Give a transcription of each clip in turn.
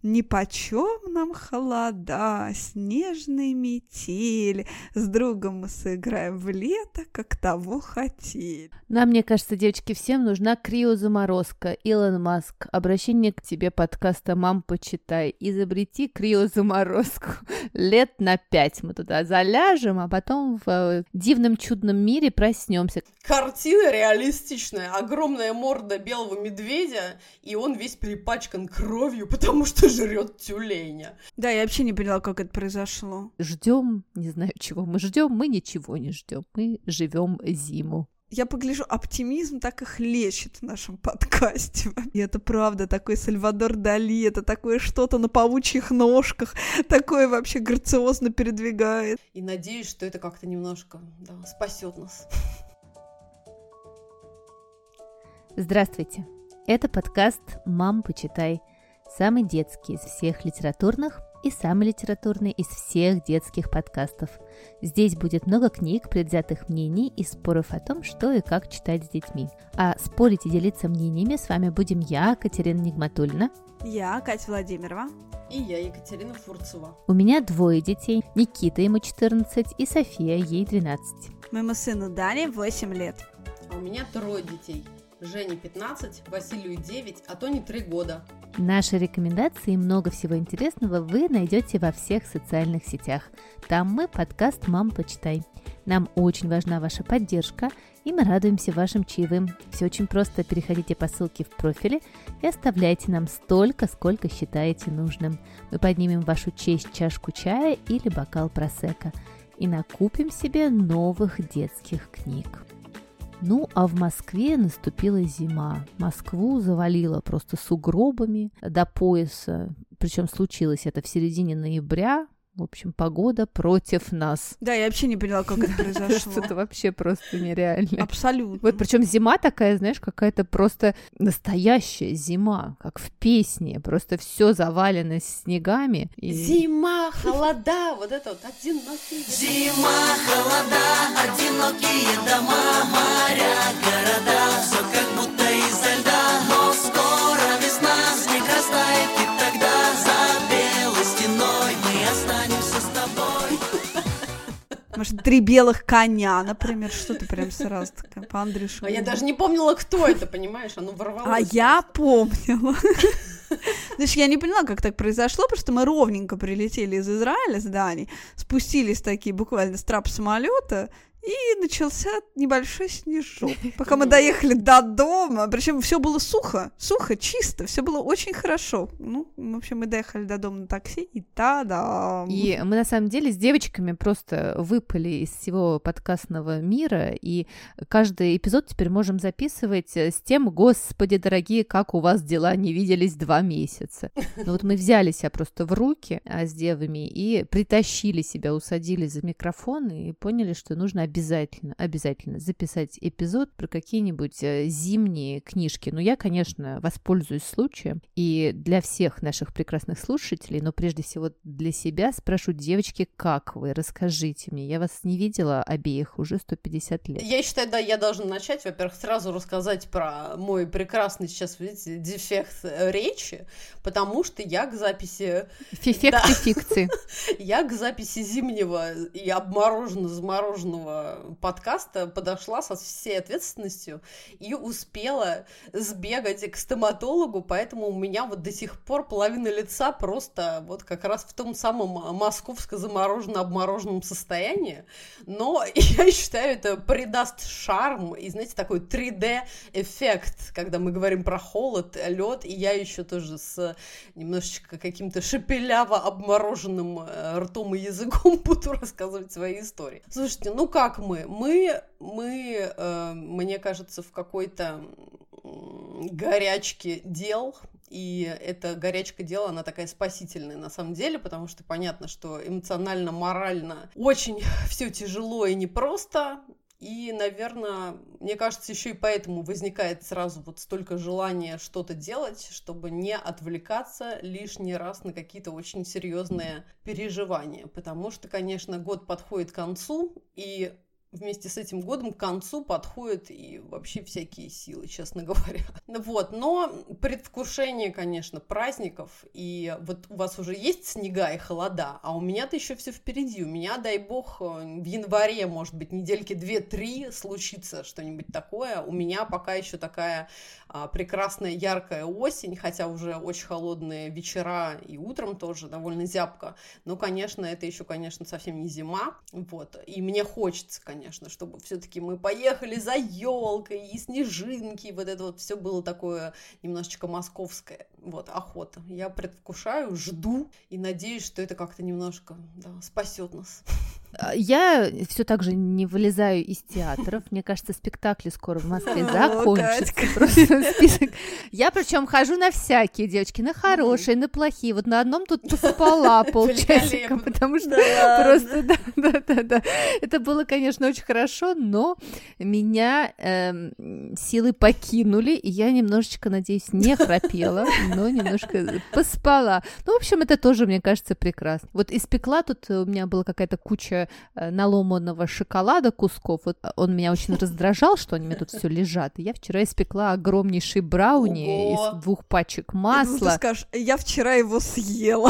Нипочем нам холода, снежные метели. С другом мы сыграем в лето, как того хотели. Нам, мне кажется, девочки, всем нужна криозаморозка. Илон Маск, обращение к тебе подкаста «Мам, почитай». Изобрети криозаморозку. Лет на 5 мы туда заляжем, а потом в дивном чудном мире проснемся. Картина реалистичная. Огромная морда белого медведя, и он весь перепачкан кровью, потому что жрет тюленя. Да, я вообще не поняла, как это произошло. Ждем, не знаю, чего мы ждем, мы ничего не ждем, мы живем зиму. Я погляжу, оптимизм так и хлещет в нашем подкасте. И это правда, такой Сальвадор Дали, это такое что-то на паучьих ножках, такое вообще грациозно передвигает. И надеюсь, что это как-то немножко спасет нас. Здравствуйте, это подкаст «Мам, почитай». Самый детский из всех литературных и самый литературный из всех детских подкастов. Здесь будет много книг, предвзятых мнений и споров о том, что и как читать с детьми. А спорить и делиться мнениями с вами будем я, Катерина Нигматульна. Я, Катя Владимирова. И я, Екатерина Фурцева. У меня 2 детей. Никита, ему 14, и София, ей 12. Моему сыну Дане 8 лет. А у меня 3 детей. Жене 15, Василию 9, а Тоне 3 года. Наши рекомендации и много всего интересного вы найдете во всех социальных сетях. Там мы подкаст «Мам, почитай». Нам очень важна ваша поддержка, и мы радуемся вашим чаевым. Все очень просто. Переходите по ссылке в профиле и оставляйте нам столько, сколько считаете нужным. Мы поднимем в вашу честь чашку чая или бокал просекко и накупим себе новых детских книг. Ну, а в Москве наступила зима. Москву завалило просто сугробами до пояса. Причем случилось это в середине ноября. В общем, погода против нас. Да, я вообще не поняла, как это произошло. Это вообще просто нереально. Абсолютно. Вот причем зима такая, знаешь, какая-то просто настоящая зима, как в песне. Просто все завалено снегами. Зима, холода, вот это вот одинокие. Зима, холода, одинокие дома, моря, города, все как будто изо льда, но скоро весна, снег растает, и тогда за белой стеной мы останемся с тобой. Может, 3 белых коня, например, что-то прям сразу такая по Андрюшку. А я даже не помнила, кто это, понимаешь, оно ворвалось. А я помнила. Значит, я не поняла, как так произошло, потому что мы ровненько прилетели из Израиля с Даней, спустились такие буквально с трап самолета, и начался небольшой снежок. Пока мы доехали до дома, причем все было сухо, чисто, все было очень хорошо. Ну, в общем, мы доехали до дома на такси, и та-дам! И мы, на самом деле, с девочками просто выпали из всего подкастного мира, и каждый эпизод теперь можем записывать с тем: «Господи, дорогие, как у вас дела? Не виделись 2 месяца». Ну вот мы взяли себя просто в руки с девами и притащили себя, усадили за микрофон и поняли, что нужно обязательно записать эпизод про какие-нибудь зимние книжки. Но я, конечно, воспользуюсь случаем и для всех наших прекрасных слушателей, но прежде всего для себя спрошу: девочки, как вы? Расскажите мне. Я вас не видела обеих уже 150 лет. Я считаю, да, я должна начать, во-первых, сразу рассказать про мой прекрасный сейчас, видите, дефект речи, потому что я к записи... Фефекты фикции. Я к записи зимнего и обмороженно-замороженного подкаста подошла со всей ответственностью и успела сбегать к стоматологу, поэтому у меня вот до сих пор половина лица просто вот как раз в том самом московско-замороженно-обмороженном состоянии, но я считаю, это придаст шарм и, знаете, такой 3D-эффект, когда мы говорим про холод, лед, и я еще тоже с немножечко каким-то шепеляво-обмороженным ртом и языком буду рассказывать свои истории. Слушайте, ну как мы, мне кажется, в какой-то горячке дел, и эта горячка дел, она такая спасительная на самом деле, потому что понятно, что эмоционально, морально очень все тяжело и непросто, и, наверное, мне кажется, еще и поэтому возникает сразу вот столько желания что-то делать, чтобы не отвлекаться лишний раз на какие-то очень серьезные переживания, потому что, конечно, год подходит к концу, и вместе с этим годом к концу подходят и вообще всякие силы, честно говоря. Вот, но предвкушение, конечно, праздников, и вот у вас уже есть снега и холода, а у меня-то еще все впереди. У меня, дай бог, в январе, может быть, недельки 2-3 случится что-нибудь такое. У меня пока еще такая прекрасная яркая осень, хотя уже очень холодные вечера и утром тоже довольно зябко. Но, конечно, это еще, конечно, совсем не зима. Вот. И мне хочется, конечно, чтобы все-таки мы поехали за елкой и снежинки. Вот это вот все было такое немножечко московское. Вот, охота. Я предвкушаю, жду и надеюсь, что это как-то немножко спасет нас. Я все так же не вылезаю из театров. Мне кажется, спектакли скоро в Москве закончатся. Просто список. Я причем хожу на всякие, девочки, на хорошие, на плохие. Вот на одном тут поспала полчасика, потому что просто, да. Это было, конечно, очень хорошо, но меня силы покинули, и я немножечко, надеюсь, не храпела, но немножко поспала. Ну, в общем, это тоже, мне кажется, прекрасно. Вот испекла тут, у меня была какая-то куча наломанного шоколада кусков. Вот он меня очень раздражал, что они у меня тут все лежат. И я вчера испекла огромнейший брауни из 2 пачек масла. Ты скажешь, я вчера его съела.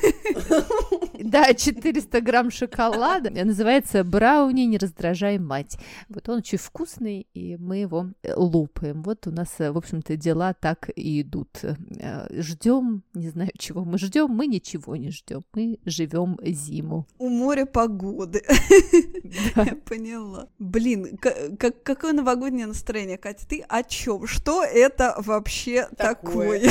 Да, 400 грамм шоколада. Называется брауни «Не раздражай мать». Вот он очень вкусный, и мы его лупаем. Вот у нас, в общем-то, дела так и идут. Ждем, не знаю, чего мы ждем. Мы ничего не ждем. Мы живем зиму. У моря погоды. Да. Я поняла. Блин, какое новогоднее настроение, Катя? Ты о чем? Что это вообще такое?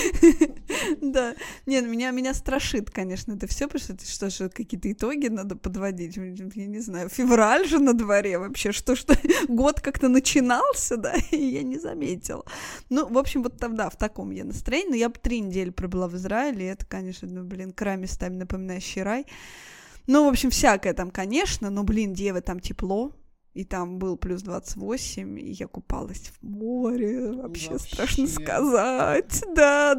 Да. Нет, меня страшит, конечно, это все, потому что же какие-то итоги надо подводить. Я не знаю, февраль же на дворе вообще. Что год как-то начинался, да, и я не заметила. Ну, в общем, вот там, да, в таком я настроении. Но я бы 3 недели пробыла в Израиле, и это, конечно, край местами напоминающий рай. Ну, в общем, всякое там, конечно, но, блин, девы, там тепло, и там был плюс 28, и я купалась в море, вообще страшно сказать, да,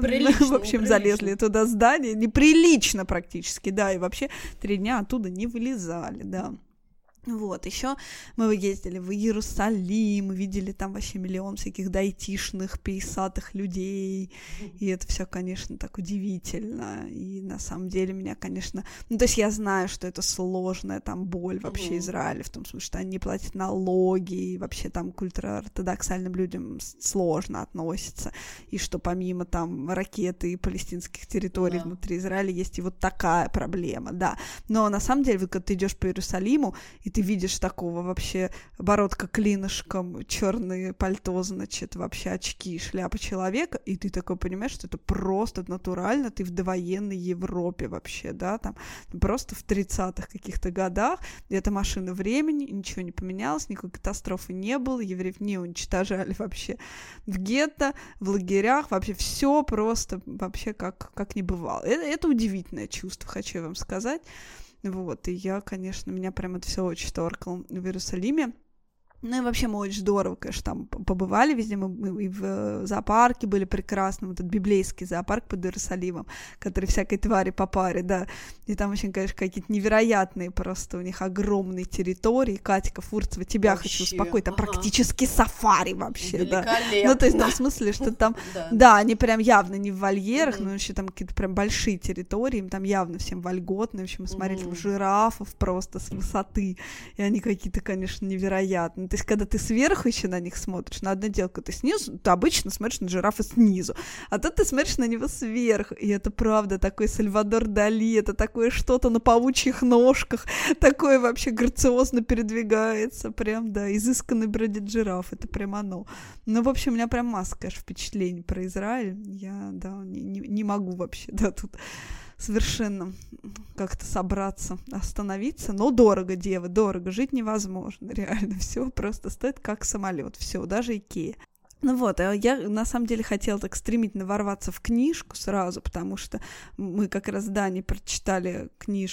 в общем, залезли туда здание, неприлично практически, да, и вообще 3 дня оттуда не вылезали, да. Вот, еще мы ездили в Иерусалим, видели там вообще миллион всяких айтишных, пейсатых людей, и это все, конечно, так удивительно, и на самом деле меня, конечно, ну, то есть я знаю, что это сложная там боль вообще Израиля, в том смысле, что они не платят налоги, и вообще там к ультраортодоксальным людям сложно относятся, и что помимо там ракеты и палестинских территорий внутри Израиля есть и вот такая проблема, да, но на самом деле, вот, когда ты идешь по Иерусалиму, и ты видишь такого вообще бородка клинышком, черное пальто, значит, вообще очки, шляпа человека, и ты такой понимаешь, что это просто натурально, ты в довоенной Европе вообще, да, там просто в 30-х каких-то годах, и это машина времени, ничего не поменялось, никакой катастрофы не было, евреев не уничтожали вообще в гетто, в лагерях, вообще все просто вообще как не бывало. Это удивительное чувство, хочу я вам сказать. Вот, и я, конечно, меня прям это все очень торкало в Иерусалиме. Ну и вообще мы очень здорово, конечно, там побывали везде, мы и в зоопарке были прекрасно, вот этот библейский зоопарк под Иерусалимом, который всякой твари по паре, да, и там очень, конечно, какие-то невероятные просто у них огромные территории. Катька Фурцева, тебя вообще хочу успокоить, там практически сафари вообще, да. Ну то есть там в смысле, что там, да, они прям явно не в вольерах, но еще там какие-то прям большие территории, им там явно всем вольготно, в общем, мы смотрели там жирафов просто с высоты, и они какие-то, конечно, невероятные. То есть, когда ты сверху еще на них смотришь, на одно дело, когда ты снизу, ты обычно смотришь на жирафа снизу, а тут ты смотришь на него сверху, и это правда такой Сальвадор Дали, это такое что-то на паучьих ножках, такое вообще грациозно передвигается, прям, да, изысканный бродит жираф, это прям оно. Ну, в общем, у меня прям масса, конечно, впечатлений про Израиль, я, да, не могу вообще, да, тут совершенно как-то собраться, остановиться, но дорого, девы, дорого, жить невозможно, реально, все просто стоит как самолет, все, даже Икеа. Ну вот, я на самом деле хотела так стремительно ворваться в книжку сразу, потому что мы как раз с Даней прочитали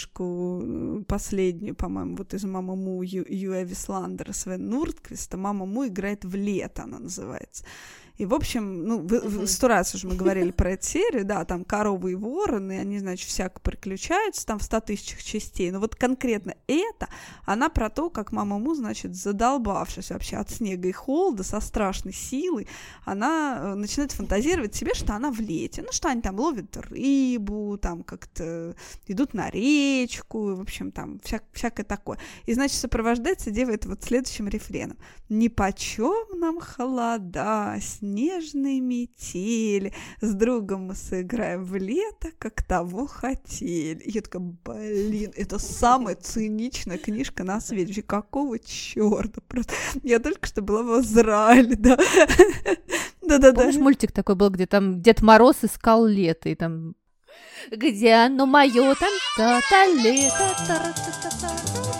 книжку последнюю, по-моему, вот из «Мама Му» Юэ Висландера, Свен Нурдквиста. «Мама Му» играет в лето, она называется. И, в общем, ну, 100 раз уже мы говорили про эту серию, да, там коровы и вороны, они, значит, всяко приключаются, там в 100 тысячах частей. Но вот конкретно это, она про то, как мама Му, значит, задолбавшись вообще от снега и холода, со страшной силой, она начинает фантазировать себе, что она в лете, ну, что они там ловят рыбу, там как-то идут на речку, в общем, там всякое такое. И, значит, сопровождается дева это вот следующим рефреном. «Нипочем нам холода, снежные метели, с другом мы сыграем в лето, как того хотели». И я такая, блин, это самая циничная книжка на свете. Вообще, какого черта? Просто я только что была в Израиле, да. Да-да-да. Помнишь, мультик такой был, где там Дед Мороз искал лето, и там... Где оно мое там та-та лето, та-та-та-та-та.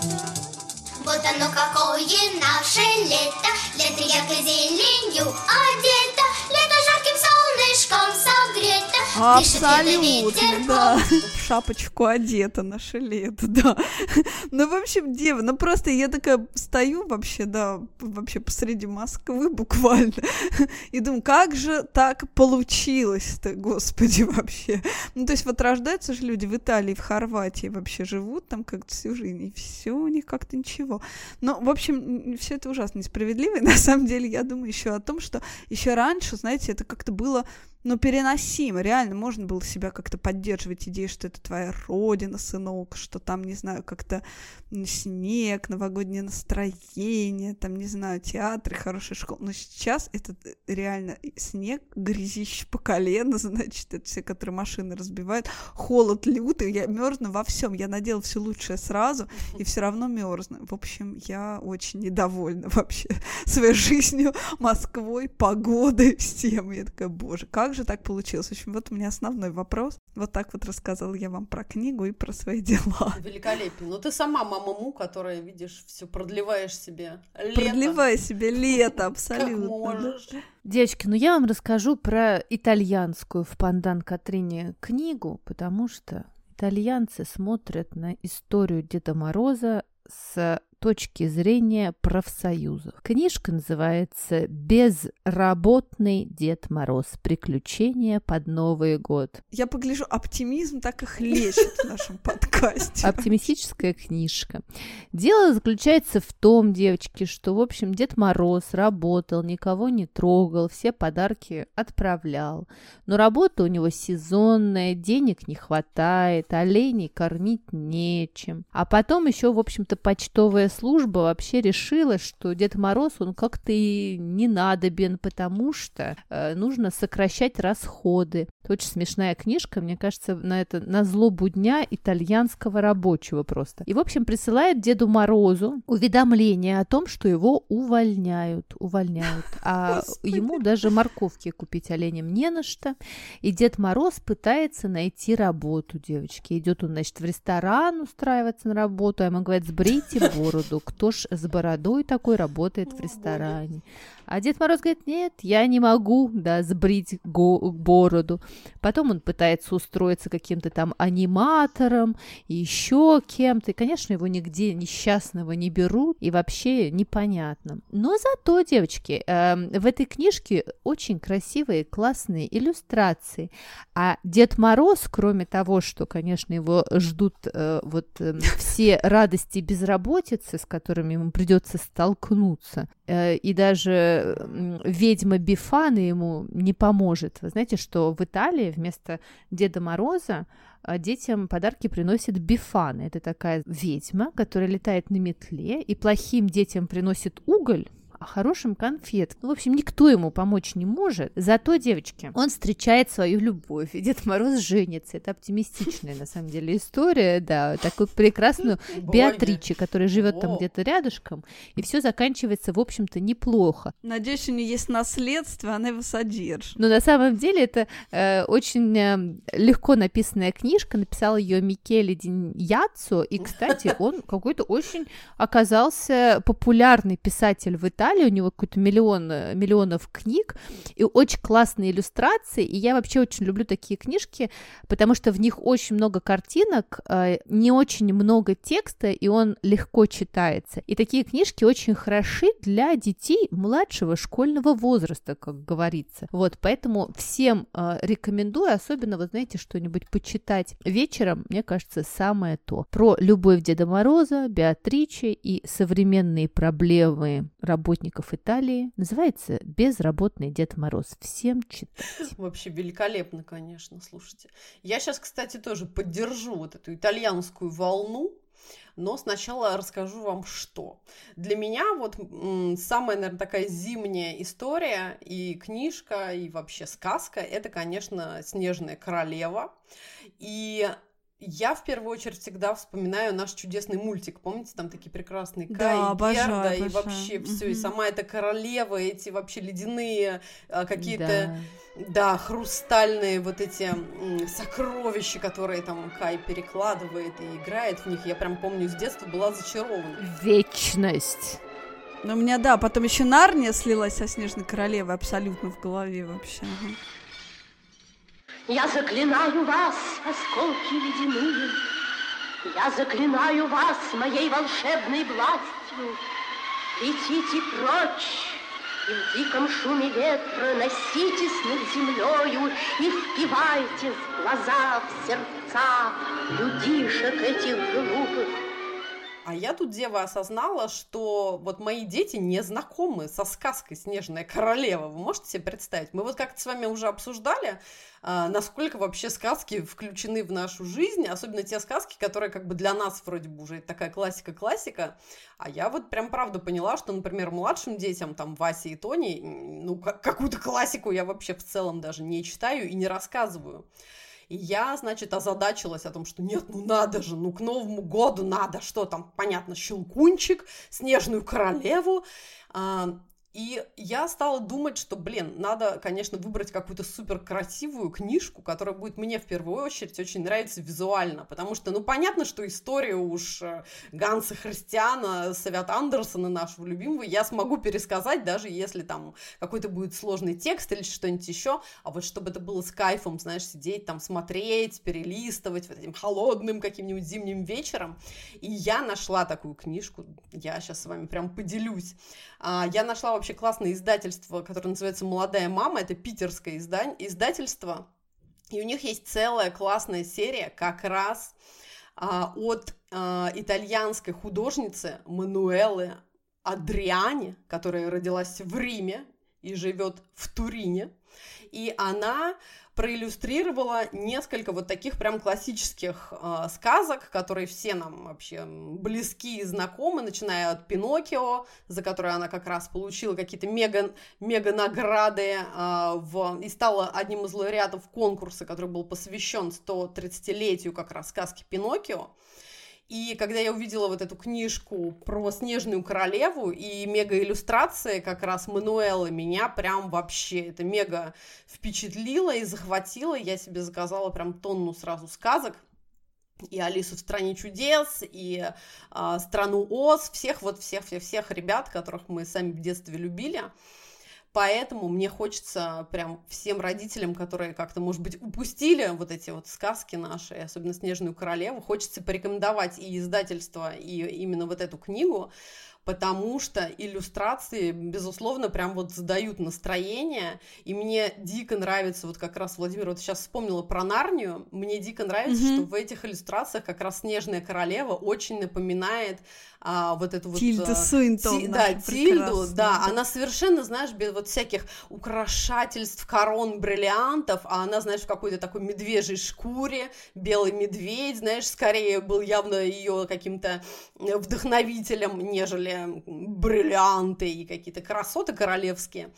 Вот оно какое наше лето, лето яркой зеленью одето, лето жарким солнышком согрето. Абсолютно, да. В шапочку одета наше лето, да. Ну, в общем, дева, ну просто я такая стою вообще, да, вообще посреди Москвы буквально, и думаю, как же так получилось-то, господи, вообще. Ну, то есть вот рождаются же люди в Италии, в Хорватии вообще живут там как-то всю жизнь, и все у них как-то ничего. Ну, в общем, все это ужасно несправедливо, и на самом деле я думаю еще о том, что еще раньше, знаете, это как-то было, ну, переносимо, реально можно было себя как-то поддерживать идеей, что это твоя родина, сынок, что там, не знаю, как-то снег, новогоднее настроение, там, не знаю, театры, хорошая школа, но сейчас это реально снег, грязище по колено, значит, это все, которые машины разбивают, холод лютый, я мерзну во всем, я надела все лучшее сразу, и все равно мерзну. В общем, я очень недовольна вообще своей жизнью, Москвой, погодой, всем. Я такая, боже, как же так получилось? В общем, вот у меня основной вопрос. Вот так вот рассказала я вам про книгу и про свои дела. Великолепно. Но ты сама мама Му, которая, видишь, все продлеваешь себе лето. Продлевай себе лето, абсолютно. Как можешь. Девочки, ну я вам расскажу про итальянскую в пандан Катрине книгу, потому что итальянцы смотрят на историю Деда Мороза с точки зрения профсоюзов. Книжка называется «Безработный Дед Мороз. Приключения под Новый год». Я погляжу, оптимизм так и хлещет в нашем подкасте. Оптимистическая книжка. Дело заключается в том, девочки, что, в общем, Дед Мороз работал, никого не трогал, все подарки отправлял. Но работа у него сезонная, денег не хватает, оленей кормить нечем. А потом еще, в общем-то, почтовая служба вообще решила, что Дед Мороз, он как-то и не надобен, потому что нужно сокращать расходы. Это очень смешная книжка, мне кажется, на злобу дня итальянского рабочего просто. И, в общем, присылает Деду Морозу уведомление о том, что его увольняют. А ему даже морковки купить оленям не на что. И Дед Мороз пытается найти работу, девочки. Идет он, значит, в ресторан устраиваться на работу, а ему говорят, сбрейте бороду. Кто ж с бородой такой работает в ресторане? А Дед Мороз говорит, нет, я не могу, да, сбрить бороду. Потом он пытается устроиться каким-то там аниматором, и еще кем-то. И, конечно, его нигде несчастного не берут, и вообще непонятно. Но зато, девочки, в этой книжке очень красивые, классные иллюстрации. А Дед Мороз, кроме того, что, конечно, его ждут все радости безработицы, с которыми ему придется столкнуться, и даже ведьма Бифана ему не поможет. Вы знаете, что в Италии вместо Деда Мороза детям подарки приносит Бифана. Это такая ведьма, которая летает на метле и плохим детям приносит уголь, а хорошим конфет. Ну, в общем, никто ему помочь не может. Зато, девочки, он встречает свою любовь. И Дед Мороз женится. Это оптимистичная, на самом деле, история. Да, такую прекрасную Беатриче, которая живет там где-то рядышком. И все заканчивается, в общем-то, неплохо. Надеюсь, у нее есть наследство, она его содержит. Но на самом деле это очень легко написанная книжка. Написал ее Микеле Д'Иньяццо. И, кстати, он какой-то очень оказался популярный писатель в Италии. читали, у него какой-то миллионов книг, и очень классные иллюстрации, и я вообще очень люблю такие книжки, потому что в них очень много картинок, не очень много текста, и он легко читается. И такие книжки очень хороши для детей младшего школьного возраста, как говорится. Вот, поэтому всем рекомендую, особенно, вы знаете, что-нибудь почитать вечером, мне кажется, самое то. Про любовь Деда Мороза, Беатриче и современные проблемы работников Италии. Называется «Безработный Дед Мороз». Всем читать. Вообще великолепно, конечно, слушайте. Я сейчас, кстати, тоже поддержу вот эту итальянскую волну, но сначала расскажу вам, что. Для меня вот самая, наверное, такая зимняя история и книжка, и вообще сказка, это, конечно, «Снежная королева». И я в первую очередь всегда вспоминаю наш чудесный мультик. Помните, там такие прекрасные Кай и Герда, и вообще все, и сама эта королева, эти вообще ледяные какие-то... Да, хрустальные вот эти сокровища, которые там Кай перекладывает и играет в них. Я прям помню, с детства была зачарована. Вечность. Ну, у меня, да, потом еще Нарния слилась со Снежной Королевой абсолютно в голове вообще. Я заклинаю вас, осколки ледяные, я заклинаю вас моей волшебной властью. Летите прочь, и в диком шуме ветра носитесь над землею и впивайтесь в глаза, в сердца людишек этих глупых. А я тут, дева, осознала, что вот мои дети не знакомы со сказкой «Снежная королева». Вы можете себе представить? Мы вот как-то с вами уже обсуждали, насколько вообще сказки включены в нашу жизнь, особенно те сказки, которые как бы для нас вроде бы уже такая классика-классика. А я вот прям правда поняла, что, например, младшим детям, там, Васе и Тоне, ну, какую-то классику я вообще в целом даже не читаю и не рассказываю. И я, значит, озадачилась о том, что нет, ну надо же, ну к Новому году надо, что там, понятно, Щелкунчик, Снежную королеву. И я стала думать, что, надо, конечно, выбрать какую-то супер красивую книжку, которая будет мне в первую очередь очень нравиться визуально, потому что, ну, понятно, что историю уж Ганса Христиана, Савят Андерсона, нашего любимого, я смогу пересказать, даже если там какой-то будет сложный текст или что-нибудь еще, а вот чтобы это было с кайфом, знаешь, сидеть там, смотреть, перелистывать вот этим холодным каким-нибудь зимним вечером. И я нашла такую книжку, я сейчас с вами прям поделюсь. Я нашла вообще классное издательство, которое называется «Молодая мама». Это питерское издательство. И у них есть целая классная серия как раз от итальянской художницы Мануэлы Адриани, которая родилась в Риме и живет в Турине. И она проиллюстрировала несколько вот таких прям классических сказок, которые все нам вообще близки и знакомы, начиная от Пиноккио, за которое она как раз получила какие-то мега награды и стала одним из лауреатов конкурса, который был посвящен 130-летию как раз сказки Пиноккио. И когда я увидела вот эту книжку про Снежную королеву и мега-иллюстрации как раз Мануэлы, меня прям вообще это мега впечатлило и захватило. Я себе заказала прям тонну сразу сказок. И Алису в стране чудес, и страну Оз, всех ребят, которых мы сами в детстве любили. Поэтому мне хочется прям всем родителям, которые как-то, может быть, упустили вот эти вот сказки наши, особенно «Снежную королеву», хочется порекомендовать и издательство, и именно вот эту книгу, потому что иллюстрации, безусловно, прям вот задают настроение, и мне дико нравится, вот как раз, Владимир, вот сейчас вспомнила про Нарнию, мне дико нравится, что в этих иллюстрациях как раз «Снежная королева» очень напоминает вот эту вот... Тильду Суинтон. Тильду, да, она совершенно, знаешь, без вот всяких украшательств, корон, бриллиантов, а она, знаешь, в какой-то такой медвежьей шкуре, белый медведь, знаешь, скорее был явно ее каким-то вдохновителем, нежели бриллианты и какие-то красоты королевские.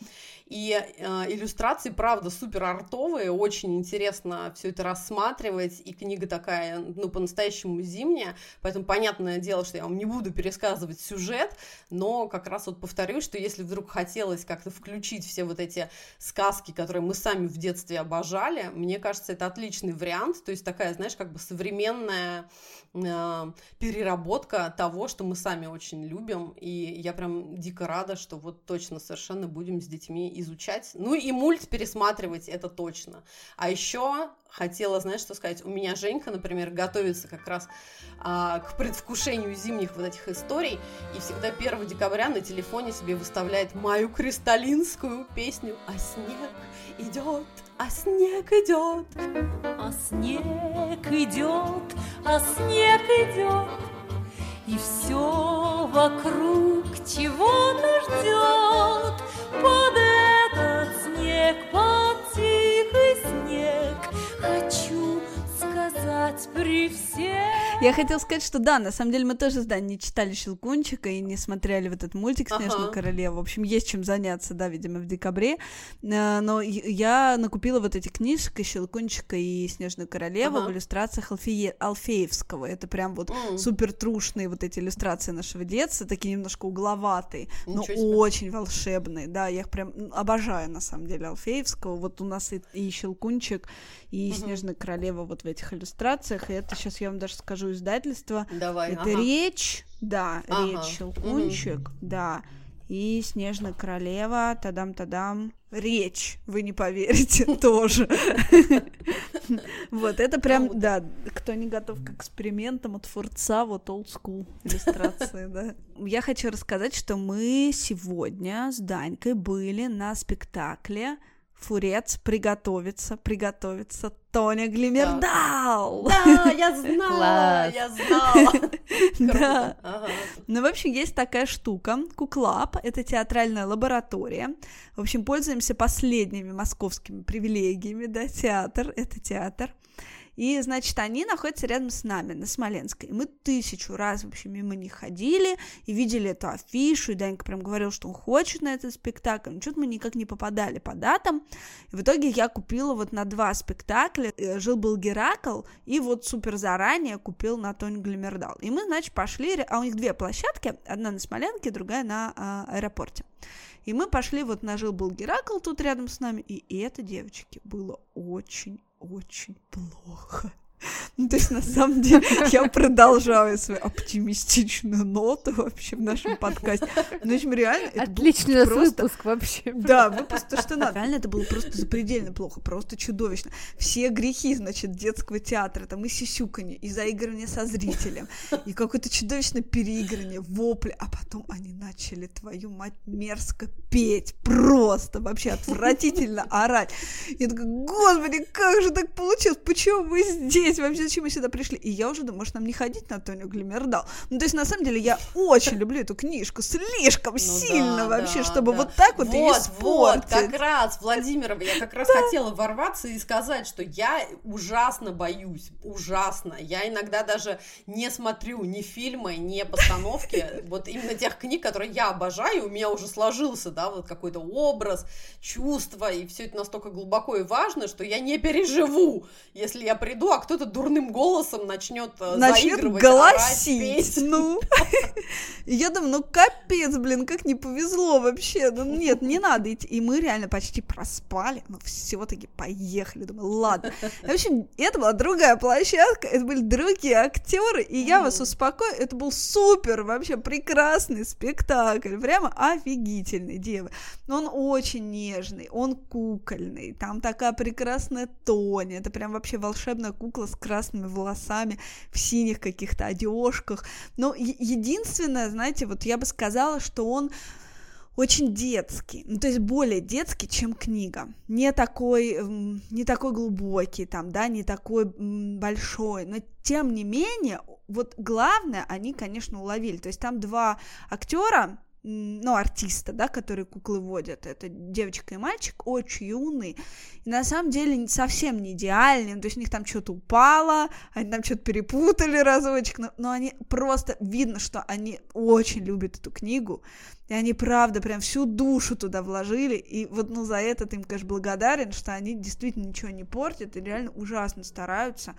и иллюстрации, правда, супер артовые, очень интересно все это рассматривать, и книга такая, ну, по-настоящему зимняя, поэтому понятное дело, что я вам не буду пересказывать сюжет, но как раз вот повторюсь, что если вдруг хотелось как-то включить все вот эти сказки, которые мы сами в детстве обожали, мне кажется, это отличный вариант, то есть такая, знаешь, как бы современная переработка того, что мы сами очень любим, и я прям дико рада, что вот точно совершенно будем с детьми изучать, ну и мульт пересматривать, это точно. А еще хотела, знаешь, что сказать, у меня Женька, например, готовится как раз к предвкушению зимних вот этих историй, и всегда 1 декабря на телефоне себе выставляет мою кристалинскую песню «А снег идет, а снег идет». А снег идет, а снег идет, и все вокруг чего-то ждет. Под этот снег, под тихий снег, хочу сказать при всех. Я хотела сказать, что да, на самом деле мы тоже, да, не читали «Щелкунчика» и не смотрели вот этот мультик «Снежную королеву». В общем, есть чем заняться, да, видимо, в декабре. Но я накупила вот эти книжки «Щелкунчика» и «Снежную королеву» в иллюстрациях Алфеевского. Это прям вот супер трушные вот эти иллюстрации нашего детства, такие немножко угловатые, но очень волшебные. Да, я их прям обожаю, на самом деле, Алфеевского. Вот у нас и «Щелкунчик», и «Снежная королева» вот в этих иллюстрациях. И это сейчас я вам даже скажу издательство. Давай, это «Речь», да, «Речь», «Щелкунчик», да, и «Снежная королева», тадам-тадам, «Речь», вы не поверите, тоже. Вот, это прям, да, кто не готов к экспериментам, от творца, вот old school иллюстрации, да. Я хочу рассказать, что мы сегодня с Данькой были на спектакле «Фурец», приготовиться, Тоня Глимердал. Да, я знала, я знала. Да. Ну, в общем, есть такая штука, Куклаб, это театральная лаборатория. В общем, пользуемся последними московскими привилегиями, да, театр, это театр. И, значит, они находятся рядом с нами, на Смоленской. И мы 1000 раз вообще мимо них ходили и видели эту афишу, и Данька прям говорил, что он хочет на этот спектакль, но что-то мы никак не попадали по датам. И в итоге я купила вот на 2 спектакля «Жил-был Геракл» и вот супер заранее купил на Тоню Глимердал. И мы, значит, пошли, а у них 2 площадки, одна на Смоленке, другая на аэропорте. И мы пошли вот на «Жил-был Геракл» тут рядом с нами, и это, девочки, было очень плохо. Ну, то есть, на самом деле, я продолжаю свою оптимистичную ноту вообще в нашем подкасте. Ну, в общем, реально... Отличный выпуск вообще. Да, выпуск то, что надо. Реально это было просто запредельно плохо, просто чудовищно. Все грехи, значит, детского театра, там и сисюканье, и заигрывание со зрителем, и какое-то чудовищное переигрывание, вопли, а потом они начали, твою мать, мерзко петь, просто вообще отвратительно орать. Я такая, господи, как же так получилось? Почему вы здесь? Вообще, зачем мы сюда пришли? И я уже думаю, может, нам не ходить на Тоню Глимердал? Ну, то есть, на самом деле, я очень люблю эту книжку, слишком сильно вообще, чтобы вот так вот ее испортить. Вот, как раз, Владимирова, я как раз хотела ворваться и сказать, что я ужасно боюсь, ужасно. Я иногда даже не смотрю ни фильмы, ни постановки, вот именно тех книг, которые я обожаю, у меня уже сложился, да, вот какой-то образ, чувство, и все это настолько глубоко и важно, что я не переживу, если я приду, а кто-то дурным голосом начнет заигрывать, голосить, орать, петь. Ну, я думаю, ну капец, блин, как не повезло вообще, ну нет, не надо идти, и мы реально почти проспали, но все-таки поехали, думаю, ладно. В общем, это была другая площадка, это были другие актеры, и я вас успокою, это был супер, вообще прекрасный спектакль, прямо офигительный, девы. Он очень нежный, он кукольный, там такая прекрасная Тоня, это прям вообще волшебная кукла с красными волосами, в синих каких-то одежках. Но единственное, знаете, вот я бы сказала, что он очень детский, ну, то есть более детский, чем книга. Не такой глубокий, там, да, не такой большой, но тем не менее, вот главное, они, конечно, уловили. То есть там 2 актера, артиста, да, которые куклы водят. Это девочка и мальчик, очень юный. И на самом деле совсем не идеальный. То есть у них там что-то упало, они там что-то перепутали разочек, но они просто видно, что они очень любят эту книгу. И они, правда, прям всю душу туда вложили. И вот, за это ты им, конечно, благодарен, что они действительно ничего не портят и реально ужасно стараются.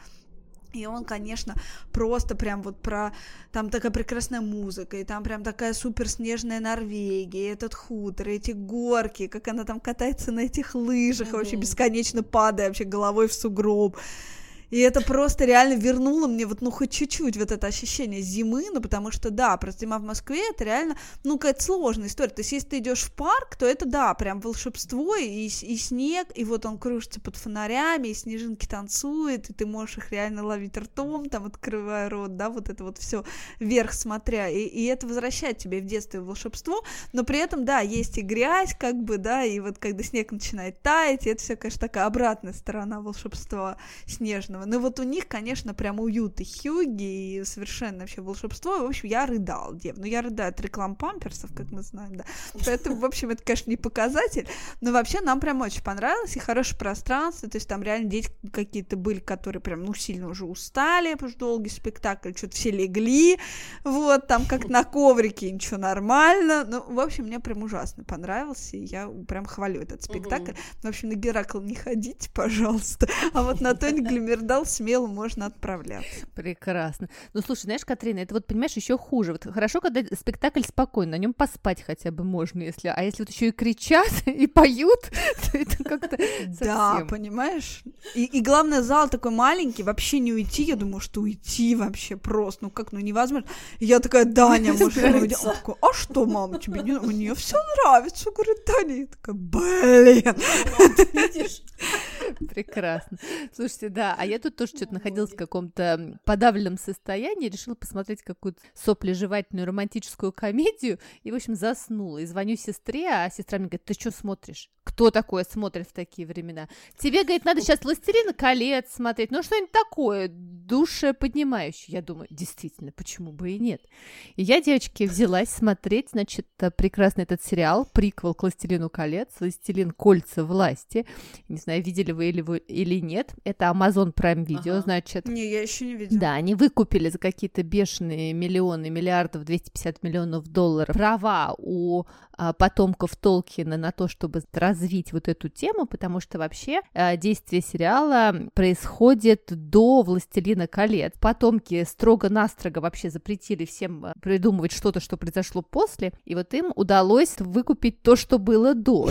И он, конечно, просто прям вот там такая прекрасная музыка, и там прям такая супер снежная Норвегия, и этот хутор, и эти горки, как она там катается на этих лыжах, вообще бесконечно падая вообще головой в сугроб. И это просто реально вернуло мне хоть чуть-чуть вот это ощущение зимы, потому что, да, просто зима в Москве, это реально, какая-то сложная история. То есть, если ты идешь в парк, то это, да, прям волшебство, и снег, и вот он кружится под фонарями, и снежинки танцуют, и ты можешь их реально ловить ртом, там, открывая рот, да, вот это вот все вверх смотря, и это возвращает тебя в детство в волшебство, но при этом, да, есть и грязь, как бы, да, и вот когда снег начинает таять, и это все, конечно, такая обратная сторона волшебства снежного. Ну вот у них, конечно, прям уют и хюги, и совершенно вообще волшебство. И, в общем, я рыдала, я рыдаю от реклам памперсов, как мы знаем, да. Поэтому, в общем, это, конечно, не показатель, но вообще нам прям очень понравилось, и хорошее пространство, то есть там реально дети какие-то были, которые прям, сильно уже устали, потому что долгий спектакль, что-то все легли, вот, там как на коврике, ничего, нормально. Ну, в общем, мне прям ужасно понравился, и я прям хвалю этот спектакль. В общем, на Геракл не ходите, пожалуйста, а вот на Тони Глимердал смело можно отправляться. Прекрасно. Ну, слушай, знаешь, Катрина, это вот, понимаешь, еще хуже. Вот хорошо, когда спектакль спокойный, на нем поспать хотя бы можно, а если вот еще и кричат, и поют, то это как-то совсем... Да, понимаешь? И главное, зал такой маленький, вообще не уйти, я думаю, что уйти вообще просто, невозможно. И я такая, Даня, может, уйти? Он такой, а что, мама, тебе не... Мне все нравится, говорит Даня. Я такая, блин. Видишь? Прекрасно. Слушайте, да, а я тут тоже что-то находилась в каком-то подавленном состоянии, решила посмотреть какую-то соплежевательную романтическую комедию и, в общем, заснула. И звоню сестре, а сестра мне говорит, ты что смотришь? Кто такое смотрит в такие времена? Тебе, говорит, надо сейчас «Властелина колец» смотреть, что-нибудь такое душеподнимающее. Я думаю, действительно, почему бы и нет? И я, девочки, взялась смотреть, прекрасный этот сериал, приквел к «Властелину колец», «Властелин кольца власти». Не знаю, видели вы или нет. Это Amazon Prime Video, значит. Не, я еще не видела. Да, они выкупили за какие-то бешеные миллиардов, 250 миллионов долларов права у потомков Толкина на то, чтобы развить вот эту тему, потому что вообще действие сериала происходит до «Властелина колец». Потомки строго-настрого вообще запретили всем придумывать что-то, что произошло после, и вот им удалось выкупить то, что было до.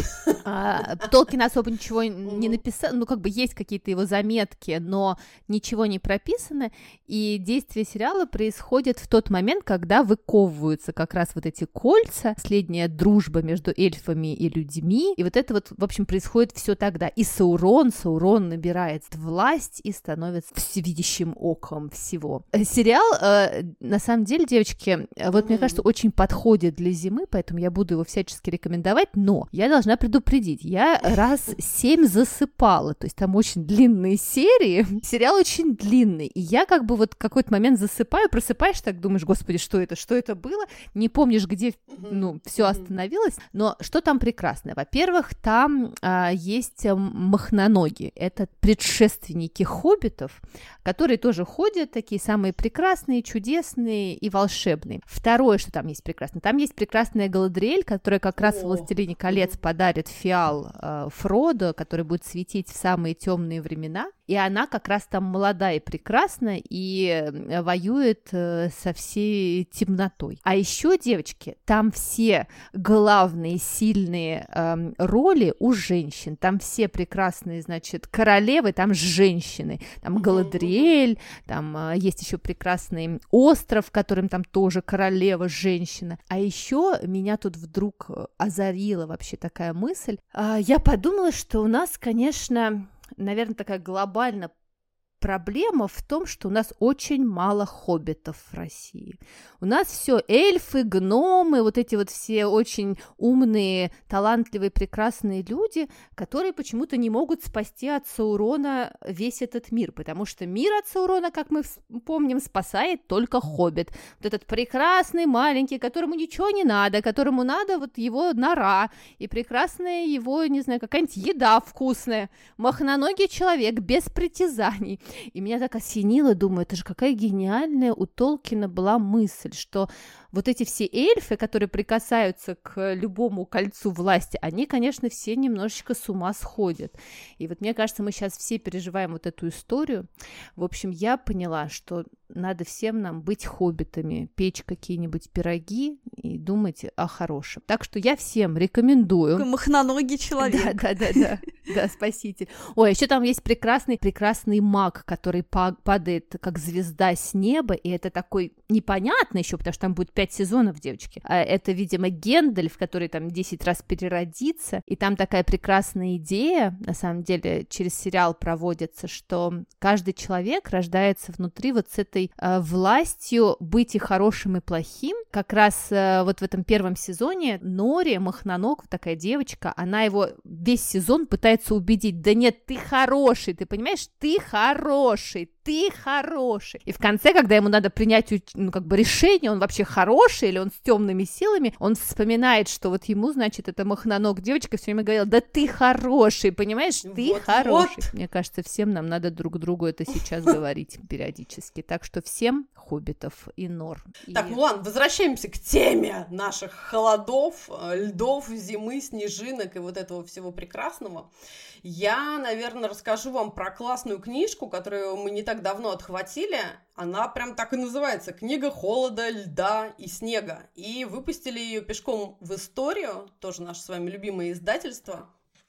Толкин особо ничего не написал, есть какие-то его заметки, но ничего не прописано, и действие сериала происходит в тот момент, когда выковываются как раз вот эти кольца, последняя дружба между эльфами и людьми, и вот это вот, в общем, происходит все тогда. И Саурон набирает власть и становится всевидящим оком всего. Сериал, на самом деле, девочки, вот мне кажется, очень подходит для зимы, поэтому я буду его всячески рекомендовать, но я должна предупредить, я раз 7 засыпала, то есть там очень длинные серии, сериал очень длинный, и я вот в какой-то момент засыпаю, просыпаешь, так думаешь, господи, что это было, не помнишь, где, все остановилось, но что там прекрасное? Во-первых, там есть махноноги, это предшественники хоббитов, которые тоже ходят, такие самые прекрасные, чудесные и волшебные. Второе, что там есть прекрасно, там есть прекрасная Галадриэль, которая как раз в «Властелине колец» подарит фиал Фродо, который будет светить в самые темные времена, и она как раз там молодая и прекрасна, и воюет со всей темнотой. А еще, девочки, там все главные сильные роли у женщин, там все прекрасные, королевы, там женщины, там Галадриэль, там есть еще прекрасный остров, в котором там тоже королева, женщина. А еще меня тут вдруг озарила вообще такая мысль. Я подумала, что у нас, конечно, наверное, такая глобально проблема в том, что у нас очень мало хоббитов в России. У нас все эльфы, гномы, вот эти вот все очень умные, талантливые, прекрасные люди, которые почему-то не могут спасти от Саурона весь этот мир, потому что мир от Саурона, как мы помним, спасает только хоббит. Вот этот прекрасный маленький, которому ничего не надо, которому надо вот его нора и прекрасная его, не знаю, какая-нибудь еда вкусная, мохноногий человек без притязаний. И меня так осенило, думаю, это же какая гениальная у Толкина была мысль, что вот эти все эльфы, которые прикасаются к любому кольцу власти, они, конечно, все немножечко с ума сходят. И вот мне кажется, мы сейчас все переживаем вот эту историю. В общем, я поняла, что надо всем нам быть хоббитами, печь какие-нибудь пироги и думать о хорошем. Так что я всем рекомендую. Такой мохноногий человек. Да, спаситель. Ой, еще там есть прекрасный маг, который падает как звезда с неба, и это такой непонятно еще, потому что там будет 5 сезонов, девочки. Это, видимо, Гендальф, который там 10 раз переродится, и там такая прекрасная идея, на самом деле, через сериал проводится, что каждый человек рождается внутри вот с этой властью быть и хорошим, и плохим. Как раз вот в этом первом сезоне Нори Махноног, такая девочка, она его весь сезон пытается убедить: да нет, ты хороший, ты понимаешь, ты хороший. И в конце, когда ему надо принять, решение, он вообще хороший или он с темными силами, он вспоминает, что вот ему, значит, эта Махноног девочка все время говорила: да ты хороший, понимаешь, ты хороший. Мне кажется, всем нам надо друг другу это сейчас говорить периодически. Так что всем хоббитов и нор. Так, ну ладно, возвращаемся к теме наших холодов, льдов, зимы, снежинок и вот этого всего прекрасного. Я, наверное, расскажу вам про классную книжку, которую мы не так давно отхватили. Она прям так и называется: «Книга холода, льда и снега». И выпустили ее пешком в историю, тоже наше с вами любимое издательство.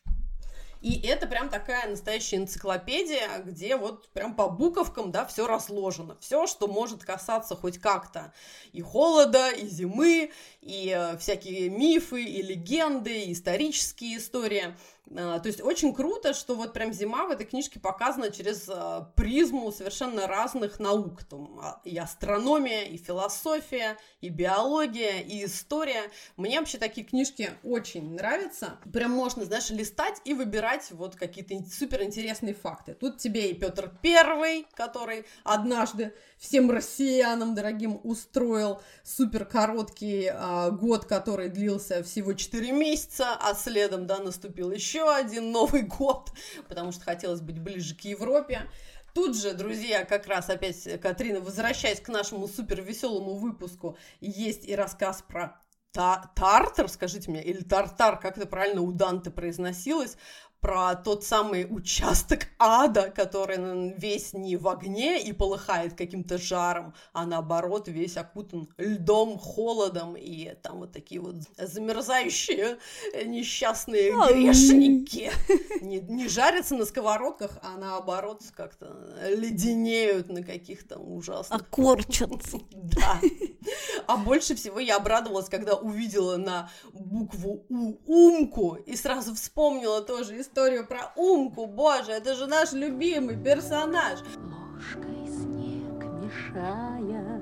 И это прям такая настоящая энциклопедия, где вот прям по буковкам, да, все разложено. Все, что может касаться хоть как-то и холода, и зимы, и всякие мифы, и легенды, и исторические истории. То есть очень круто, что вот прям зима в этой книжке показана через призму совершенно разных наук. Там и астрономия, и философия, и биология, и история. Мне вообще такие книжки очень нравятся. Прям можно, знаешь, листать и выбирать вот какие-то суперинтересные факты. Тут тебе и Петр I, который однажды всем россиянам дорогим устроил супер короткий год, который длился всего 4 месяца, а следом, да, наступил еще один Новый год, потому что хотелось быть ближе к Европе. Тут же, друзья, как раз опять, Катрина, возвращаясь к нашему супер веселому выпуску, есть и рассказ про Тартар, скажите мне, или Тартар, как это правильно у Данте произносилось, про тот самый участок ада, который весь не в огне и полыхает каким-то жаром, а наоборот весь окутан льдом, холодом, и там вот такие вот замерзающие несчастные грешники не жарятся на сковородках, а наоборот как-то леденеют на каких-то ужасных... Окорчатся. Да. А больше всего я обрадовалась, когда увидела на букву У Умку, и сразу вспомнила тоже историю про Умку. Боже, это же наш любимый персонаж. Ложкой снег мешая,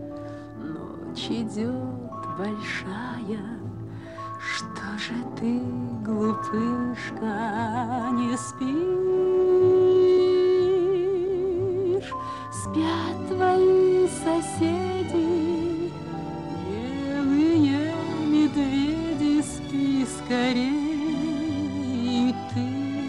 ночь идет большая. Что же ты, глупышка, не спишь? Спят твои соседи, белые медведи, спи скорей, ты,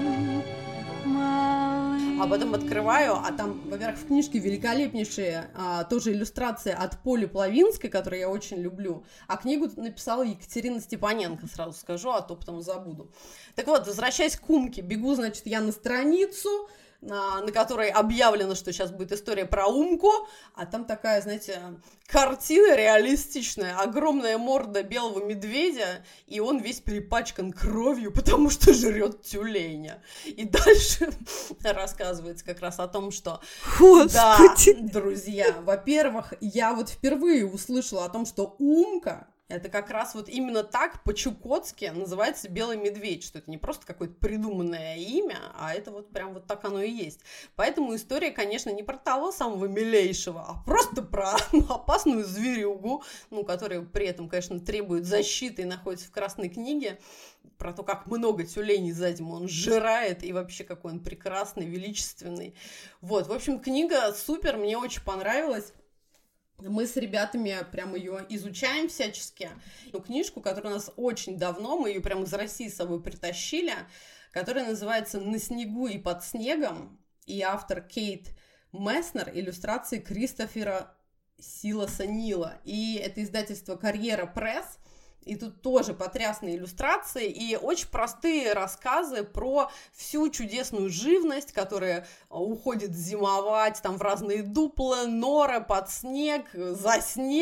малый. А потом открываю, а там, во-первых, в книжке великолепнейшие тоже иллюстрации от Поли Плавинской, которую я очень люблю, а книгу написала Екатерина Степаненко, сразу скажу, а то потом забуду. Так вот, возвращаясь к Умке, бегу, значит, я на страницу, на которой объявлено, что сейчас будет история про Умку, а там такая, знаете, картина реалистичная, огромная морда белого медведя, и он весь перепачкан кровью, потому что жрет тюленя. И дальше рассказывается как раз о том, что... Господи! Да, друзья, во-первых, я вот впервые услышала о том, что Умка Это как раз вот именно так по-чукотски называется «Белый медведь», что это не просто какое-то придуманное имя, а это вот прям вот так оно и есть. Поэтому история, конечно, не про того самого милейшего, а просто про опасную зверюгу, которая при этом, конечно, требует защиты и находится в Красной книге, про то, как много тюленей за зиму он сжирает, и вообще какой он прекрасный, величественный. Вот, в общем, книга супер, мне очень понравилась. Мы с ребятами прям ее изучаем всячески. Книжку, которая у нас очень давно, мы ее прям из России с собой притащили, которая называется «На снегу и под снегом», и автор Кейт Месснер, иллюстрации Кристофера Силаса Нила. И это издательство «Карьера Пресс». И тут тоже потрясные иллюстрации и очень простые рассказы про всю чудесную живность, которая уходит зимовать там в разные дупла, норы, под снег, за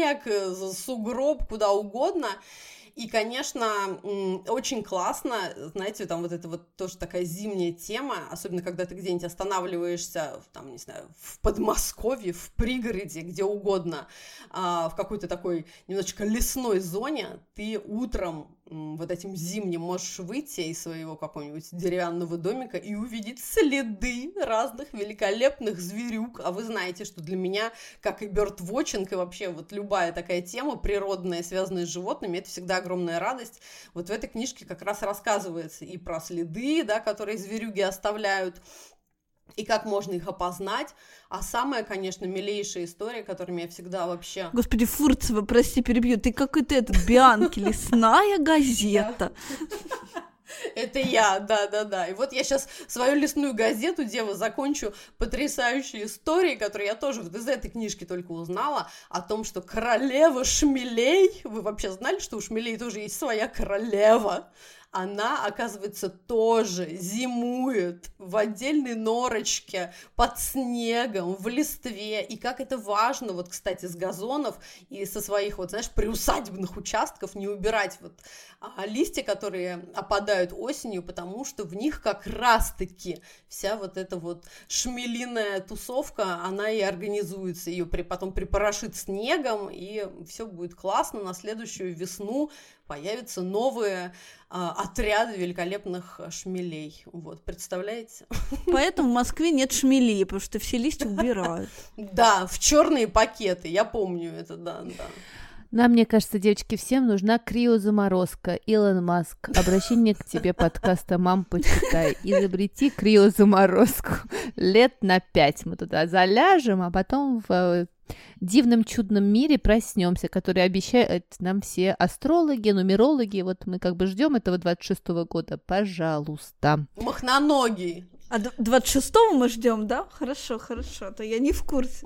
сугроб, куда угодно. И, конечно, очень классно, знаете, там вот это вот тоже такая зимняя тема, особенно когда ты где-нибудь останавливаешься, там, не знаю, в Подмосковье, в пригороде, где угодно, в какой-то такой немножечко лесной зоне, ты утром вот этим зимним можешь выйти из своего какого-нибудь деревянного домика и увидеть следы разных великолепных зверюк. А вы знаете, что для меня, как и бёрдвотчинг, и вообще вот любая такая тема природная, связанная с животными, это всегда огромная радость. Вот в этой книжке как раз рассказывается и про следы, да, которые зверюги оставляют, и как можно их опознать. А самая, конечно, милейшая история, которая меня всегда вообще... Господи, Фурцева, прости, перебью, ты какой-то Бианки, лесная газета. Это я, да. И вот я сейчас свою лесную газету, дева, закончу потрясающей историей, которую я тоже вот из этой книжки только узнала, о том, что королева шмелей, вы вообще знали, что у шмелей тоже есть своя королева? Она, оказывается, тоже зимует в отдельной норочке под снегом, в листве, и как это важно, вот, кстати, с газонов и со своих, вот, знаешь, приусадебных участков не убирать вот листья, которые опадают осенью, потому что в них как раз-таки вся вот эта вот шмелиная тусовка, она и организуется, ее потом припорошит снегом, и все будет классно, на следующую весну появятся новые отряды великолепных шмелей. Вот, представляете? Поэтому в Москве нет шмелей, потому что все листья убирают. Да, в черные пакеты, я помню это, да. Нам, мне кажется, девочки, всем нужна криозаморозка. Илон Маск, обращение к тебе подкаста «Мам, почитай». Изобрети криозаморозку. Лет на 5 мы туда заляжем, а потом в дивном чудном мире проснемся, который обещают нам все астрологи, нумерологи. Вот мы как бы ждем этого 26-го года. Пожалуйста. Махноногий. А 26-го мы ждем, да? Хорошо, а то я не в курсе.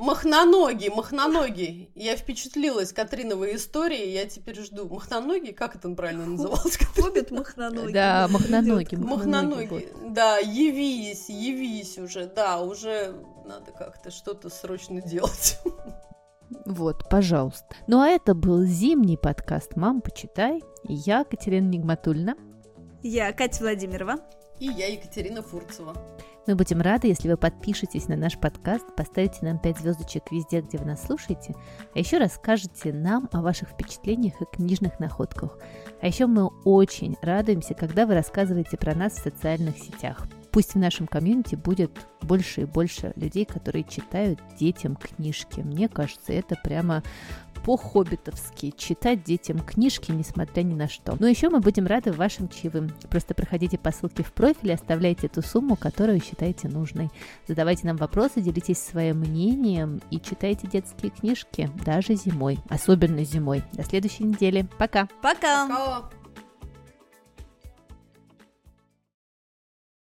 Махноногий. Я впечатлилась Катриновой историей, я теперь жду. Махноногий, как это правильно называлось? Хоббит Махноногий. Да, Махноногий. Да, явись уже, да, уже надо как-то что-то срочно делать. Вот, пожалуйста. Ну, а это был зимний подкаст «Мам, почитай». Я Катерина Нигматульна. Я Катя Владимирова. И я Екатерина Фурцева. Мы будем рады, если вы подпишетесь на наш подкаст, поставите нам 5 звездочек везде, где вы нас слушаете, а еще расскажете нам о ваших впечатлениях и книжных находках. А еще мы очень радуемся, когда вы рассказываете про нас в социальных сетях. Пусть в нашем комьюнити будет больше и больше людей, которые читают детям книжки. Мне кажется, это прямо по-хоббитовски читать детям книжки, несмотря ни на что. Но еще мы будем рады вашим чаевым. Просто проходите по ссылке в профиле, оставляйте ту сумму, которую считаете нужной. Задавайте нам вопросы, делитесь своим мнением и читайте детские книжки даже зимой. Особенно зимой. До следующей недели. Пока! Пока! Пока.